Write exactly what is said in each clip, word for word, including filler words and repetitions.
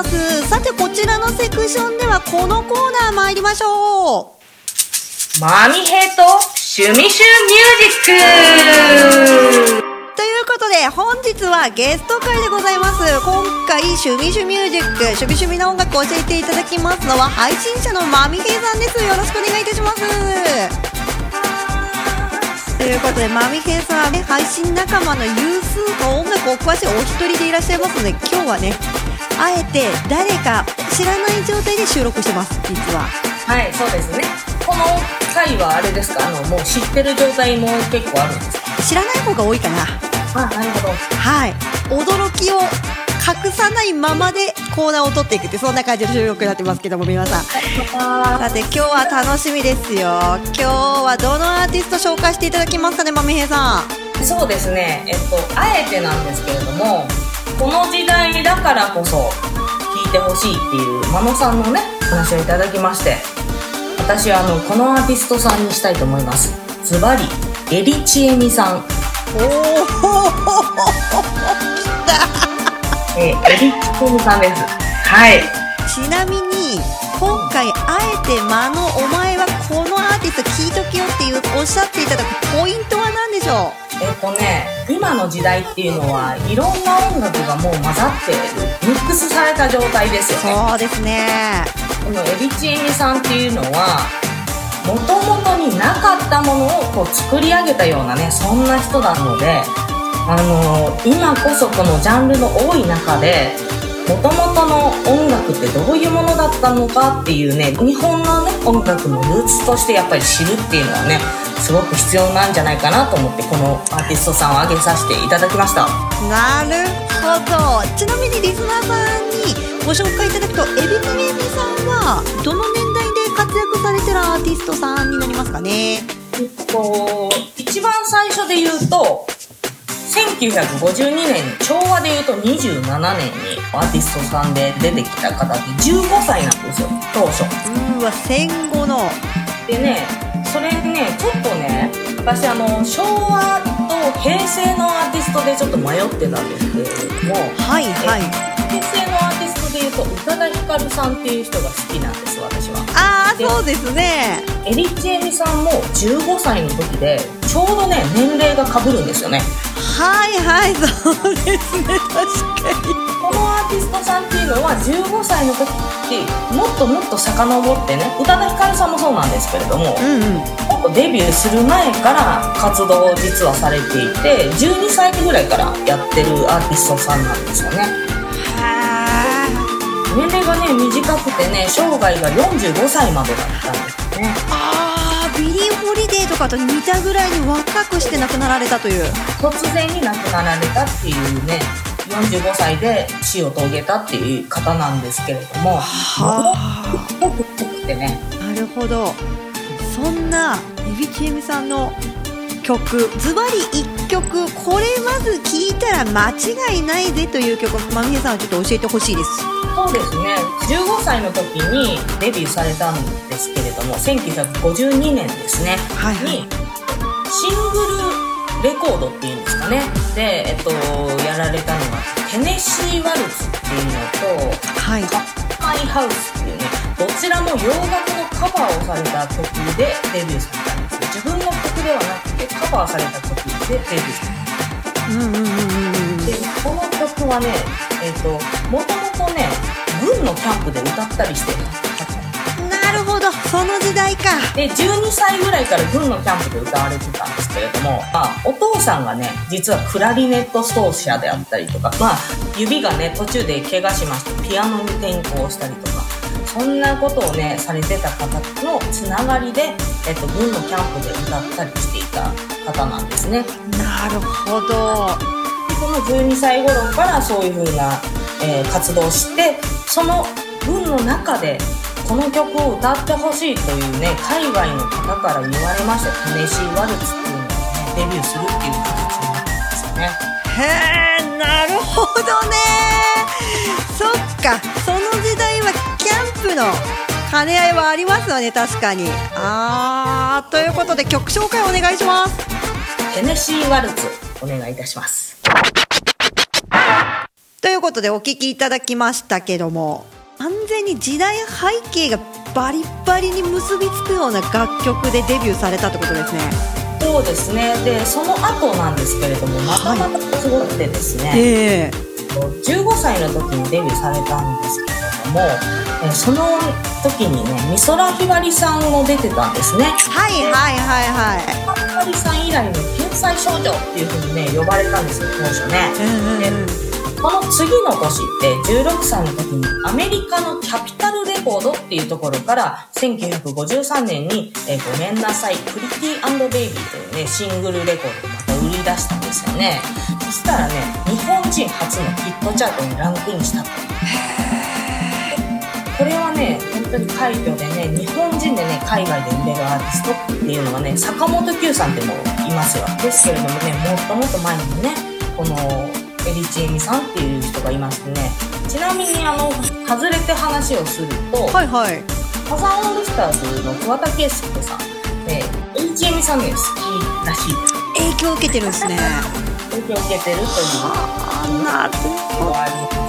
ます。さてこちらのセクションではこのコーナー参りましょう。 マミヘイと趣味シュミュージックということで本日はゲスト会でございます。今回趣味趣ミュージック趣味趣味の音楽を教えていただきますのは配信者のマミヘイさんです。よろしくお願いいたします。ということでマミヘイさんは、ね、配信仲間の有数の音楽お詳しいお一人でいらっしゃいますので、今日はねあえて誰か知らない状態で収録してます。実ははいそうですね。この回はあれですか、あのもう知ってる状態も結構あるんですか？ 知らない方が多いかな。 あ、なるほど。 はい、驚きを隠さないままでコーナーを取っていくってそんな感じの収録になってますけども、皆さんさて今日は楽しみですよ。今日はどのアーティスト紹介していただきますかね、まみへいさん。 そうですね、えっとあえてなんですけれども、この時代だからこそ聴いてほしいっていう真野さんのね話をいただきまして、私はあのこのアーティストさんにしたいと思います。ズバリエリチエミさん。 おおえー、エリチエミさんです。はい。 ちなみに今回あえて間のお前はこのアーティスト聴いとけよっていうおっしゃっていただくポイントは何でしょう？ えっとね、今の時代っていうのはいろんな音楽がもう混ざっている、ミックスされた状態ですよね。 そうですね。 このエリチエミさんっていうのはもともとになかったものをこう作り上げたようなね、そんな人なので、あのー、今こそこのジャンルの多い中でもともとの音楽ってどういうものだったのかっていうね、日本のね音楽のルーツとしてやっぱり知るっていうのはねすごく必要なんじゃないかなと思ってこのアーティストさんを挙げさせていただきました。 なるほど。ちなみにリスナーさんにご紹介いただくと、エビチエミさんはどの年代で活躍されてるアーティストさんになりますかね？ えっと一番最初で言うとせんきゅうひゃくごじゅうにねん、昭和で言うとにじゅうななねんにアーティストさんで出てきた方ってじゅうごさいなんですよ、当初。 うーわ、戦後のでね、それねちょっとね、私あの昭和と平成のアーティストでちょっと迷ってたんですけれども、 はいはい、 平成のアーティストでいうと宇多田ヒカルさんっていう人が好きなんです、私は。 ああそうですね。 エリチエミさんもじゅうごさいの時でちょうどね年齢が被るんですよね。 はいはいそうですね、確かに。 このアーティストさんっていうのはじゅうごさいの時ってもっともっと遡ってね、宇多田ヒカルさんもそうなんですけれども、うんうん、もっとデビューする前から活動を実はされていて、じゅうにさいぐらいからやってるアーティストさんなんですよね。年齢がね短くてね、生涯がよんじゅうごさいまでだったんですね。 あー、ビリー・ホリデーとかと似たぐらいに若くして亡くなられたという。 突然に亡くなられたっていうね、よんじゅうごさいで死を遂げたっていう方なんですけれども、はあ、濃くてね。 なるほど。そんなエビチエミさんの曲、ズバリいっきょく、これまず聴いたら間違いないぜという曲、まみへさんはちょっと教えてほしいです。 そうですね、じゅうごさいの時にデビューされたんですけれども、せんきゅうひゃくごじゅうにねんですね、はいはい、にシングルレコードっていうんですかね、で、えっと、やられたのがテネシーワルツっていうのと、はい、カッマイハウスっていうね、どちらも洋楽のカバーをされた曲でデビューされたんですよ。自分の曲ではなくてカバーされた曲でデビューされた。うんうんうんうん、でこの曲はね、えーと、もともとね軍のキャンプで歌ったりしてる。 なるほど、その時代か。 でじゅうにさいぐらいから軍のキャンプで歌われてたんですけれども、まあ、お父さんがね実はクラリネット奏者であったりとか、まあ、指がね途中で怪我しましてピアノに転向したりとか、そんなことをねされてた方のつながりで、えっと、軍のキャンプで歌ったりしていた方なんですね。 なるほど。 でこのじゅうにさい頃からそういう風な、えー、活動をして、その軍の中でこの曲を歌ってほしいというね海外の方から言われまして、テネシーワルツっていうのを、ね、デビューするっていう形になったんですよね。 へー、なるほどね。そっか、その時代はキャンプの兼ね合いはありますよね、確かに。あー、ということで曲紹介お願いします。 テネシーワルツお願いいたします。 といういうことでお聴きいただきましたけども、完全に時代背景がバリバリに結びつくような楽曲でデビューされたってことですね。 そうですね。でその後なんですけれども、またまたすごくてですね、はい、えー、じゅうごさいの時にデビューされたんですけれども、えその時にね美空ひばりさんも出てたんですね。 はいはいはいはい。 美空ひばりさん以来の天才少女っていう風にね呼ばれたんですよ、当初ね。うんうん、でこの次の年ってじゅうろくさいの時にアメリカのキャピタルレコードっていうところからせんきゅうひゃくごじゅうさんねんにえごめんなさいプリティ&ベイビーというねシングルレコードをまた売り出したんですよね。そしたらね日本人初のヒットチャートにランクインしたと。これはね本当に快挙でね、日本人でね海外で売れるアーティストっていうのはね坂本九さんってもいますよ。ですけれどもね、もっともっと前にねこのエリチエミさんっていう人がいましてね、ちなみにあの外れて話をすると、はいはい、サザンオールスターズの桑田佳祐さんでエリチエミさんね好きらしいです。 影響を受けてるんですね。 影響を受けてるというなるほど。 あります。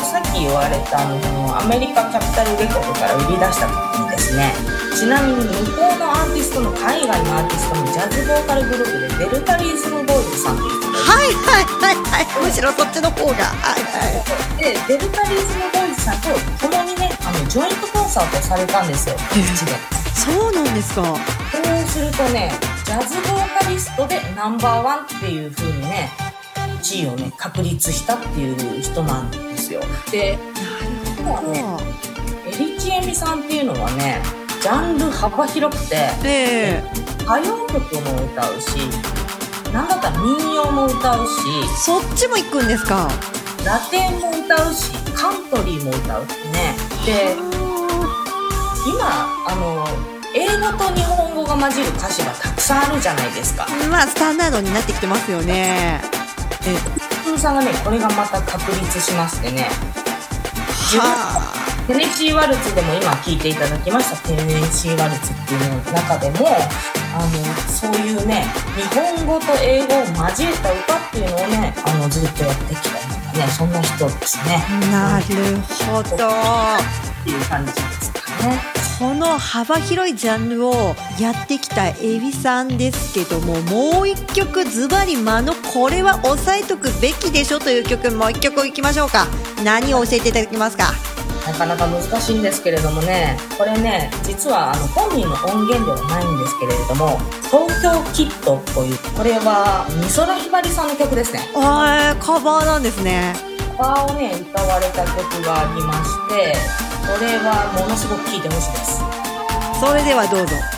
さっき言われたあのアメリカキャピタルレコードから売り出した時にですね、ちなみに向こうのアーティストの海外のアーティストのジャズボーカルグループでデルタリズムボーイズさんっていう人がいる。 はいはいはいはい、むしろそっちの方が、はいはい、 でデルタリズムボーイズさんと共にねあのジョイントコンサートをされたんですよ、各地で。 そうなんですか。 そうするとねジャズボーカリストでナンバーワンっていう風にね地位をね確立したっていう人なんですよ。でなるほど、ね、エリチエミさんっていうのはねジャンル幅広くて、えー、歌謡曲も歌うし、なんだったら民謡も歌うし、 そっちも行くんですか。 ラテンも歌うしカントリーも歌うってね。で今あの英語と日本語が混じる歌詞がたくさんあるじゃないですか。 まあスタンダードになってきてますよね。 えプーさんがねこれがまた確立しましてね、自分テネシーワルツでも今聴いていただきましたテネシーワルツっていうの中でもあのそういうね日本語と英語を交えた歌っていうのをねあのずっとやってきたようなね、そんな人ですね。 なるほどっていう感じですかね。 この幅広いジャンルをやってきたエビさんですけども、もう一曲ズバリ間のこれは押さえとくべきでしょという曲、もう一曲いきましょうか。何を教えていただけますか。 なかなか難しいんですけれどもね、これね実はあの本人の音源ではないんですけれども、東京キッドというこれは美空ひばりさんの曲ですね。 あーカバーなんですね。 カバーをね歌われた曲がありまして、これはものすごく聴いてほしいです。 それではどうぞ。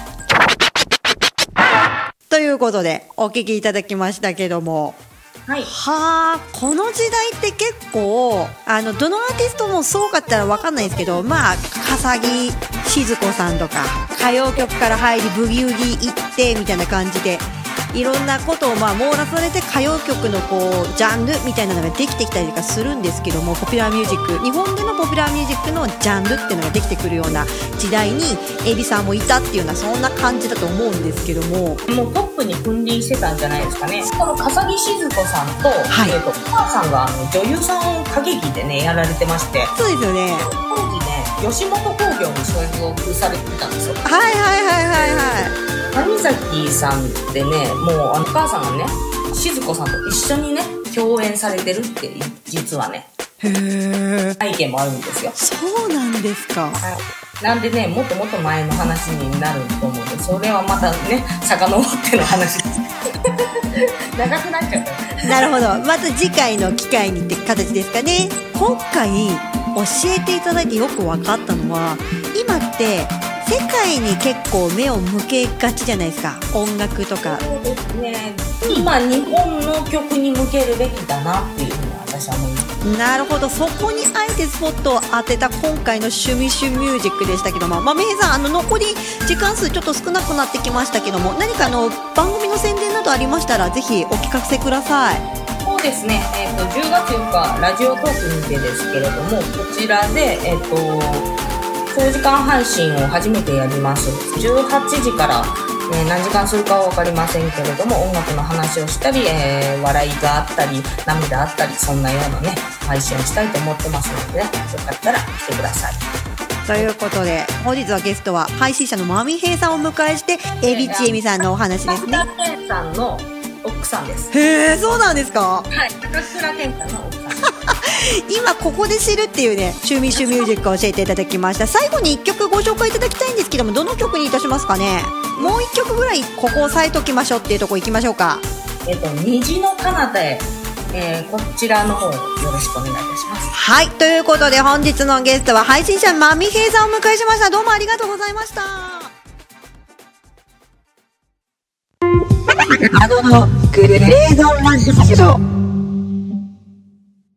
ということでお聴きいただきましたけども、 はい、 はあ、この時代って結構あのどのアーティストもそうかったら分かんないですけど、まあ笠木静子さんとか歌謡曲から入りブギウギ行ってみたいな感じでいろんなことをまあ網羅されて歌謡曲のこうジャンルみたいなのができてきたりとかするんですけども、ポピュラーミュージック、日本でのポピュラーミュージックのジャンルっていうのができてくるような時代にエビさんもいたっていうようなそんな感じだと思うんですけども、 もうトップに君臨してたんじゃないですかね。この笠木静子さんと、はい、えーと、お母さんがあの女優さんを歌劇でねやられてまして、 そうですよね。 当時ね吉本興業に所属されてたんですよ。 はいはいはいはいはい。 谷崎さんってね、もうあのお母さんがね静子さんと一緒にね共演されてるっていう実はねへー背景もあるんですよ。 そうなんですか。 はい、なんでねもっともっと前の話になると思うんで、それはまたね遡っての話長くなっちゃうなるほど、また次回の機会にって形ですかね。今回教えていただいてよく分かったのは、今って世界に結構目を向けがちじゃないですか、音楽とか。 そうですね、今日本の曲に向けるべきだなっていうふうに私は思います。 なるほど、そこにあえてスポットを当てた今回の趣味趣ミュージックでしたけども、まあ、めいさんあの残り時間数ちょっと少なくなってきましたけども、何かあの番組の宣伝などありましたらぜひお聞かせください。 そうですね、えー、とじゅうがつよっかラジオトークにてですけれども、こちらでえっ、ー、と長時間配信を初めてやります。じゅうはちじからえー、何時間するかは分かりませんけれども、音楽の話をしたり、えー、笑いがあったり涙あったり、そんなようなね配信をしたいと思ってますのでね、よかったら来てください。 ということで本日はゲストは配信者のまみへいさんをお迎えして、えりちえみさんのお話ですね。 高倉健さんの奥さんです。 へー、そうなんですか。 はい、高倉健さんの奥さん今ここで知るっていうね、趣味趣ミュージックを教えていただきました。最後にいっきょくご紹介いただきたいんですけども、どの曲にいたしますかね。もういっきょくぐらいここ押さえときましょうっていうとこ行きましょうか。 えっと虹の彼方へ、えー、こちらの方よろしくお願いいたします。 はい、ということで本日のゲストは配信者まみへいさんをお迎えしました。どうもありがとうございました。 あののグレードラジオ